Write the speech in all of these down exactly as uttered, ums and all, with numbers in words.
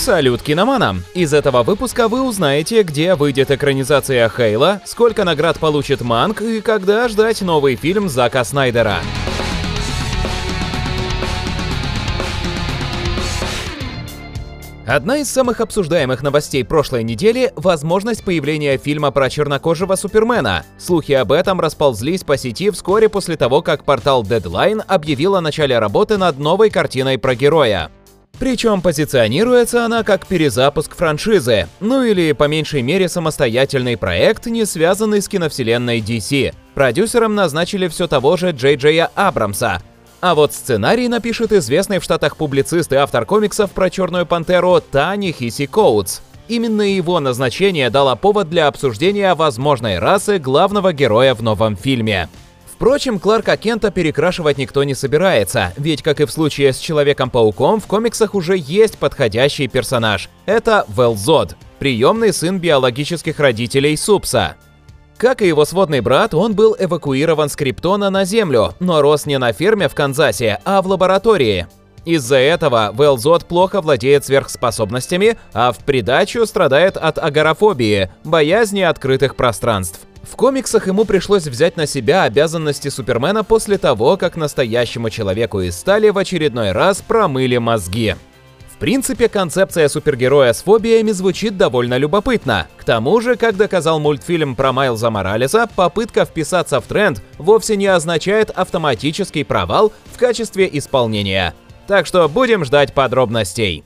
Салют киноманам! Из этого выпуска вы узнаете, где выйдет экранизация Хейла, сколько наград получит Манк и когда ждать новый фильм Зака Снайдера. Одна из самых обсуждаемых новостей прошлой недели – возможность появления фильма про чернокожего Супермена. Слухи об этом расползлись по сети вскоре после того, как портал Deadline объявил о начале работы над новой картиной про героя. Причем позиционируется она как перезапуск франшизы, ну или по меньшей мере самостоятельный проект, не связанный с киновселенной ди си. Продюсером назначили все того же Джей Джея Абрамса. А вот сценарий напишет известный в Штатах публицист и автор комиксов про Черную Пантеру Та-Нехиси Коутс. Именно его назначение дало повод для обсуждения возможной расы главного героя в новом фильме. Впрочем, Кларка Кента перекрашивать никто не собирается, ведь, как и в случае с Человеком-пауком, в комиксах уже есть подходящий персонаж. Это Vel-Zod, приемный сын биологических родителей Супса. Как и его сводный брат, он был эвакуирован с Криптона на Землю, но рос не на ферме в Канзасе, а в лаборатории. Из-за этого Vel-Zod плохо владеет сверхспособностями, а в придачу страдает от агорафобии, боязни открытых пространств. В комиксах ему пришлось взять на себя обязанности Супермена после того, как настоящему человеку из стали в очередной раз промыли мозги. В принципе, концепция супергероя с фобиями звучит довольно любопытно. К тому же, как доказал мультфильм про Майлза Моралеса, попытка вписаться в тренд вовсе не означает автоматический провал в качестве исполнения. Так что будем ждать подробностей.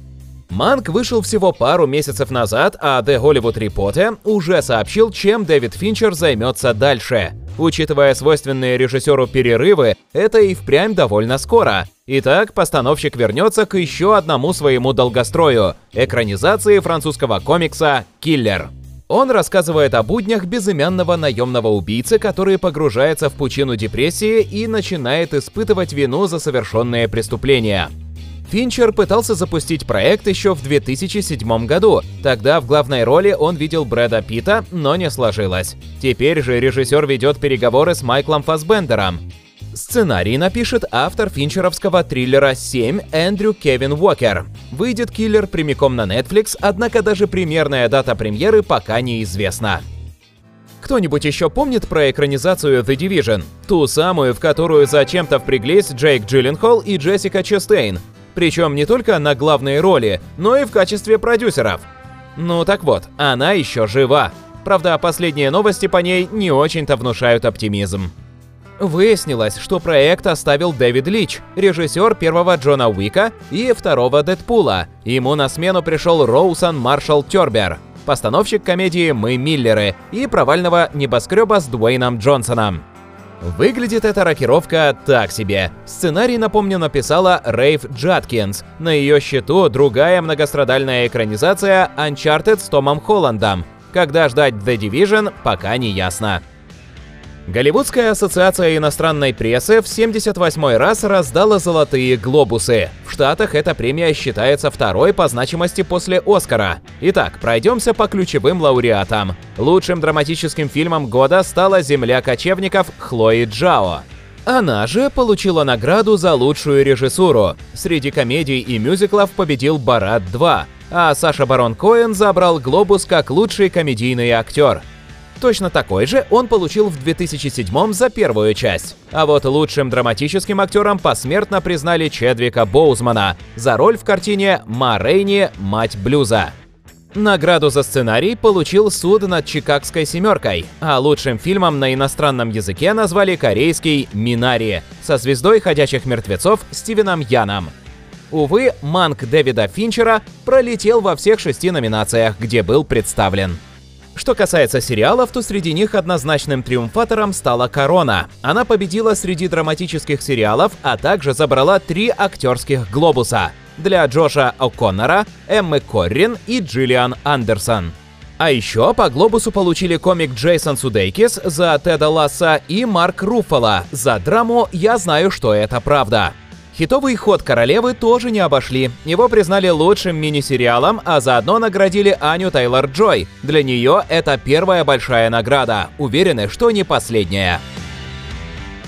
Манк вышел всего пару месяцев назад, а The Hollywood Reporter уже сообщил, чем Дэвид Финчер займется дальше. Учитывая свойственные режиссеру перерывы, это и впрямь довольно скоро. Итак, постановщик вернется к еще одному своему долгострою – экранизации французского комикса «Киллер». Он рассказывает о буднях безымянного наемного убийцы, который погружается в пучину депрессии и начинает испытывать вину за совершенные преступления. Финчер пытался запустить проект еще в две тысячи седьмом году. Тогда в главной роли он видел Брэда Питта, но не сложилось. Теперь же режиссер ведет переговоры с Майклом Фассбендером. Сценарий напишет автор финчеровского триллера «семь» Эндрю Кевин Уокер. Выйдет «Киллер» прямиком на Netflix, однако даже примерная дата премьеры пока неизвестна. Кто-нибудь еще помнит про экранизацию The Division? Ту самую, в которую зачем-то впряглись Джейк Джилленхол и Джессика Честейн. Причем не только на главные роли, но и в качестве продюсеров. Ну так вот, она еще жива. Правда, последние новости по ней не очень-то внушают оптимизм. Выяснилось, что проект оставил Дэвид Лич, режиссер первого Джона Уика и второго Дэдпула. Ему на смену пришел Роусан Маршалл Тербер, постановщик комедии «Мы Миллеры» и провального «Небоскреба» с Дуэйном Джонсоном. Выглядит эта рокировка так себе. Сценарий, напомню, написала Рейф Джаткинс. На ее счету другая многострадальная экранизация Uncharted с Томом Холландом. Когда ждать The Division, пока не ясно. Голливудская ассоциация иностранной прессы в семьдесят восьмой раз раздала «Золотые глобусы». В Штатах эта премия считается второй по значимости после «Оскара». Итак, пройдемся по ключевым лауреатам. Лучшим драматическим фильмом года стала «Земля кочевников» Хлои Джао. Она же получила награду за лучшую режиссуру. Среди комедий и мюзиклов победил «Борат два», а Саша Барон Коэн забрал «Глобус» как лучший комедийный актер. Точно такой же он получил в две тысячи седьмом за первую часть. А вот лучшим драматическим актером посмертно признали Чедвика Боузмана за роль в картине «Ма Рейни. Мать блюза». Награду за сценарий получил «Суд над Чикагской семеркой», а лучшим фильмом на иностранном языке назвали корейский «Минари» со звездой «Ходячих мертвецов» Стивеном Яном. Увы, Манк Дэвида Финчера пролетел во всех шести номинациях, где был представлен. Что касается сериалов, то среди них однозначным триумфатором стала «Корона». Она победила среди драматических сериалов, а также забрала три актерских глобуса для Джоша О'Коннора, Эммы Коррин и Джиллиан Андерсон. А еще по глобусу получили комик Джейсон Судейкис за Теда Ласса и Марк Руффало за драму «Я знаю, что это правда». Хитовый ход «Королевы» тоже не обошли. Его признали лучшим мини-сериалом, а заодно наградили Аню Тейлор-Джой. Для нее это первая большая награда. Уверены, что не последняя.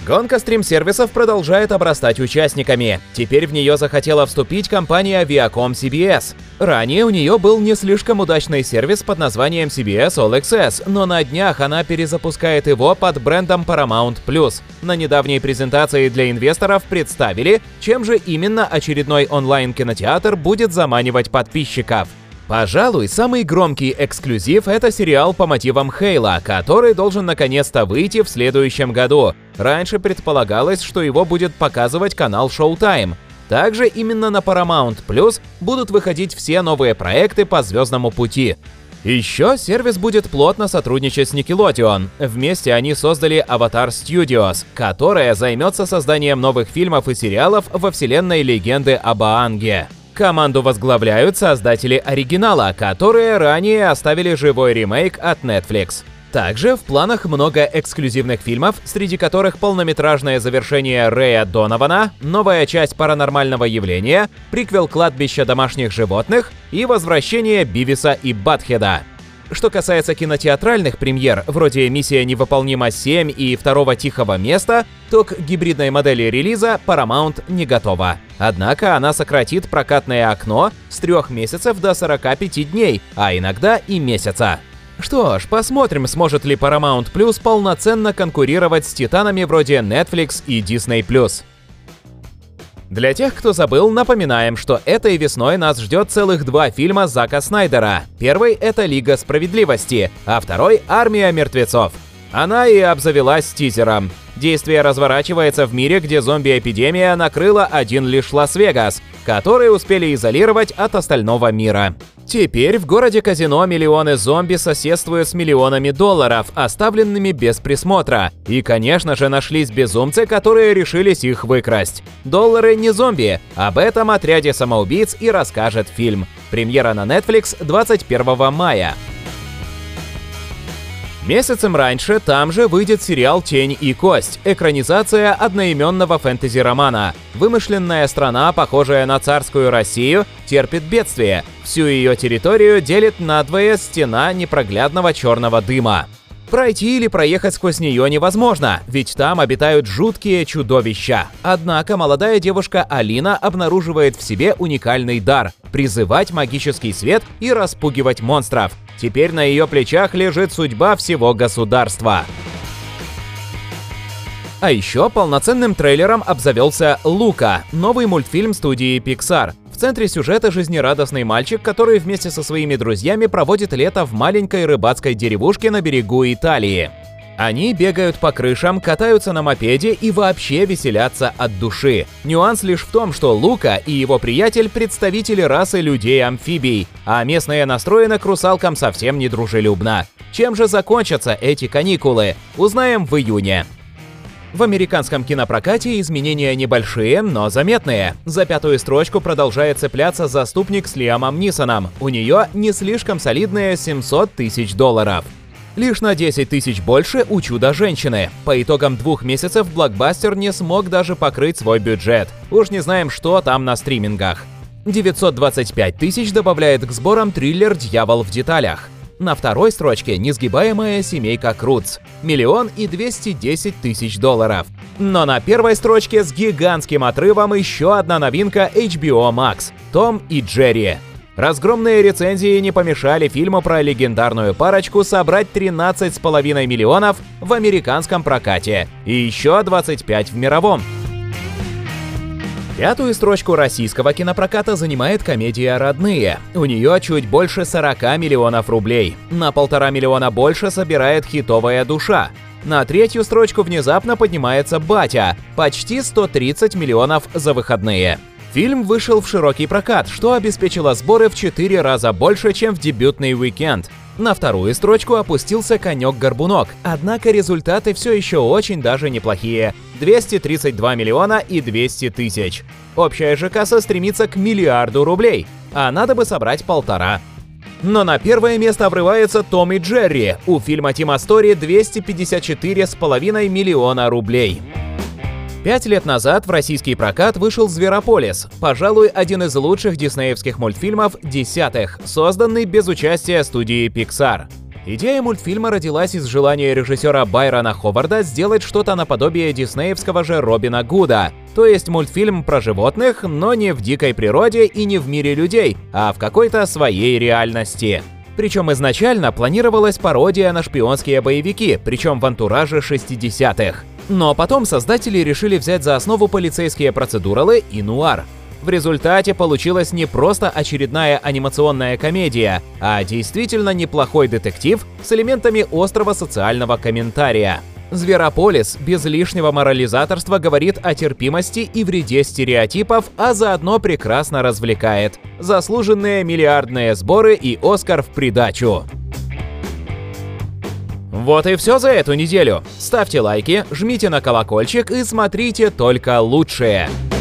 Гонка стрим-сервисов продолжает обрастать участниками. Теперь в нее захотела вступить компания Viacom си би эс. Ранее у нее был не слишком удачный сервис под названием си би эс All Access, но на днях она перезапускает его под брендом Paramount плюс. На недавней презентации для инвесторов представили, чем же именно очередной онлайн-кинотеатр будет заманивать подписчиков. Пожалуй, самый громкий эксклюзив – это сериал по мотивам Хейла, который должен наконец-то выйти в следующем году. Раньше предполагалось, что его будет показывать канал Showtime. Также именно на Paramount плюс будут выходить все новые проекты по «Звездному пути». Еще сервис будет плотно сотрудничать с Nickelodeon. Вместе они создали Avatar Studios, которая займется созданием новых фильмов и сериалов во вселенной легенды об Аанге. Команду возглавляют создатели оригинала, которые ранее оставили живой ремейк от Netflix. Также в планах много эксклюзивных фильмов, среди которых полнометражное завершение Рэя Донована, новая часть «Паранормального явления», приквел «Кладбища домашних животных» и возвращение Бивиса и Батхеда. Что касается кинотеатральных премьер, вроде «Миссия невыполнима семь» и «Второго тихого места», то к гибридной модели релиза Paramount не готова. Однако она сократит прокатное окно с трех месяцев до сорока пяти дней, а иногда и месяца. Что ж, посмотрим, сможет ли Paramount плюс полноценно конкурировать с титанами вроде Netflix и Disney плюс. Для тех, кто забыл, напоминаем, что этой весной нас ждет целых два фильма Зака Снайдера. Первый — это «Лига справедливости», а второй — «Армия мертвецов». Она и обзавелась тизером. Действие разворачивается в мире, где зомби-эпидемия накрыла один лишь Лас-Вегас, который успели изолировать от остального мира. Теперь в городе-казино миллионы зомби соседствуют с миллионами долларов, оставленными без присмотра. И, конечно же, нашлись безумцы, которые решились их выкрасть. Доллары не зомби. Об этом отряде самоубийц и расскажет фильм. Премьера на Netflix двадцать первого мая. Месяцем раньше там же выйдет сериал «Тень и кость», экранизация одноименного фэнтези-романа. Вымышленная страна, похожая на царскую Россию, терпит бедствие. Всю ее территорию делит надвое стена непроглядного черного дыма. Пройти или проехать сквозь нее невозможно, ведь там обитают жуткие чудовища. Однако молодая девушка Алина обнаруживает в себе уникальный дар – призывать магический свет и распугивать монстров. Теперь на ее плечах лежит судьба всего государства. А еще полноценным трейлером обзавелся «Лука» – новый мультфильм студии Pixar. В центре сюжета жизнерадостный мальчик, который вместе со своими друзьями проводит лето в маленькой рыбацкой деревушке на берегу Италии. Они бегают по крышам, катаются на мопеде и вообще веселятся от души. Нюанс лишь в том, что Лука и его приятель – представители расы людей-амфибий, а местные настроены к русалкам совсем недружелюбно. Чем же закончатся эти каникулы? Узнаем в июне. В американском кинопрокате изменения небольшие, но заметные. За пятую строчку продолжает цепляться «Заступник» с Лиамом Нисоном. У нее не слишком солидные семьсот тысяч долларов. Лишь на десять тысяч больше у «Чудо-женщины». По итогам двух месяцев блокбастер не смог даже покрыть свой бюджет. Уж не знаем, что там на стримингах. девятьсот двадцать пять тысяч добавляет к сборам триллер «Дьявол в деталях». На второй строчке несгибаемая семейка Крудс – миллион и двести десять тысяч долларов. Но на первой строчке с гигантским отрывом еще одна новинка эйч би о Max – «Том и Джерри». Разгромные рецензии не помешали фильму про легендарную парочку собрать тринадцать с половиной миллионов в американском прокате и еще двадцать пять в мировом. Пятую строчку российского кинопроката занимает комедия «Родные». У нее чуть больше сорока миллионов рублей. На полтора миллиона больше собирает «Хитовая душа». На третью строчку внезапно поднимается «Батя» – почти сто тридцать миллионов за выходные. Фильм вышел в широкий прокат, что обеспечило сборы в четыре раза больше, чем в дебютный уикенд. На вторую строчку опустился «Конек-горбунок», однако результаты все еще очень даже неплохие – двести тридцать два миллиона и двести тысяч. Общая же касса стремится к миллиарду рублей, а надо бы собрать полтора. Но на первое место врывается «Том и Джерри». У фильма Тима Стори двести пятьдесят четыре с половиной миллиона рублей. Пять лет назад в российский прокат вышел «Зверополис», пожалуй, один из лучших диснеевских мультфильмов десятых, созданный без участия студии Pixar. Идея мультфильма родилась из желания режиссера Байрона Ховарда сделать что-то наподобие диснеевского же Робина Гуда, то есть мультфильм про животных, но не в дикой природе и не в мире людей, а в какой-то своей реальности. Причем изначально планировалась пародия на шпионские боевики, причем в антураже шестидесятых. Но потом создатели решили взять за основу полицейские процедуралы и нуар. В результате получилась не просто очередная анимационная комедия, а действительно неплохой детектив с элементами острого социального комментария. «Зверополис» без лишнего морализаторства говорит о терпимости и вреде стереотипов, а заодно прекрасно развлекает. Заслуженные миллиардные сборы и Оскар в придачу. Вот и все за эту неделю. Ставьте лайки, жмите на колокольчик и смотрите только лучшее.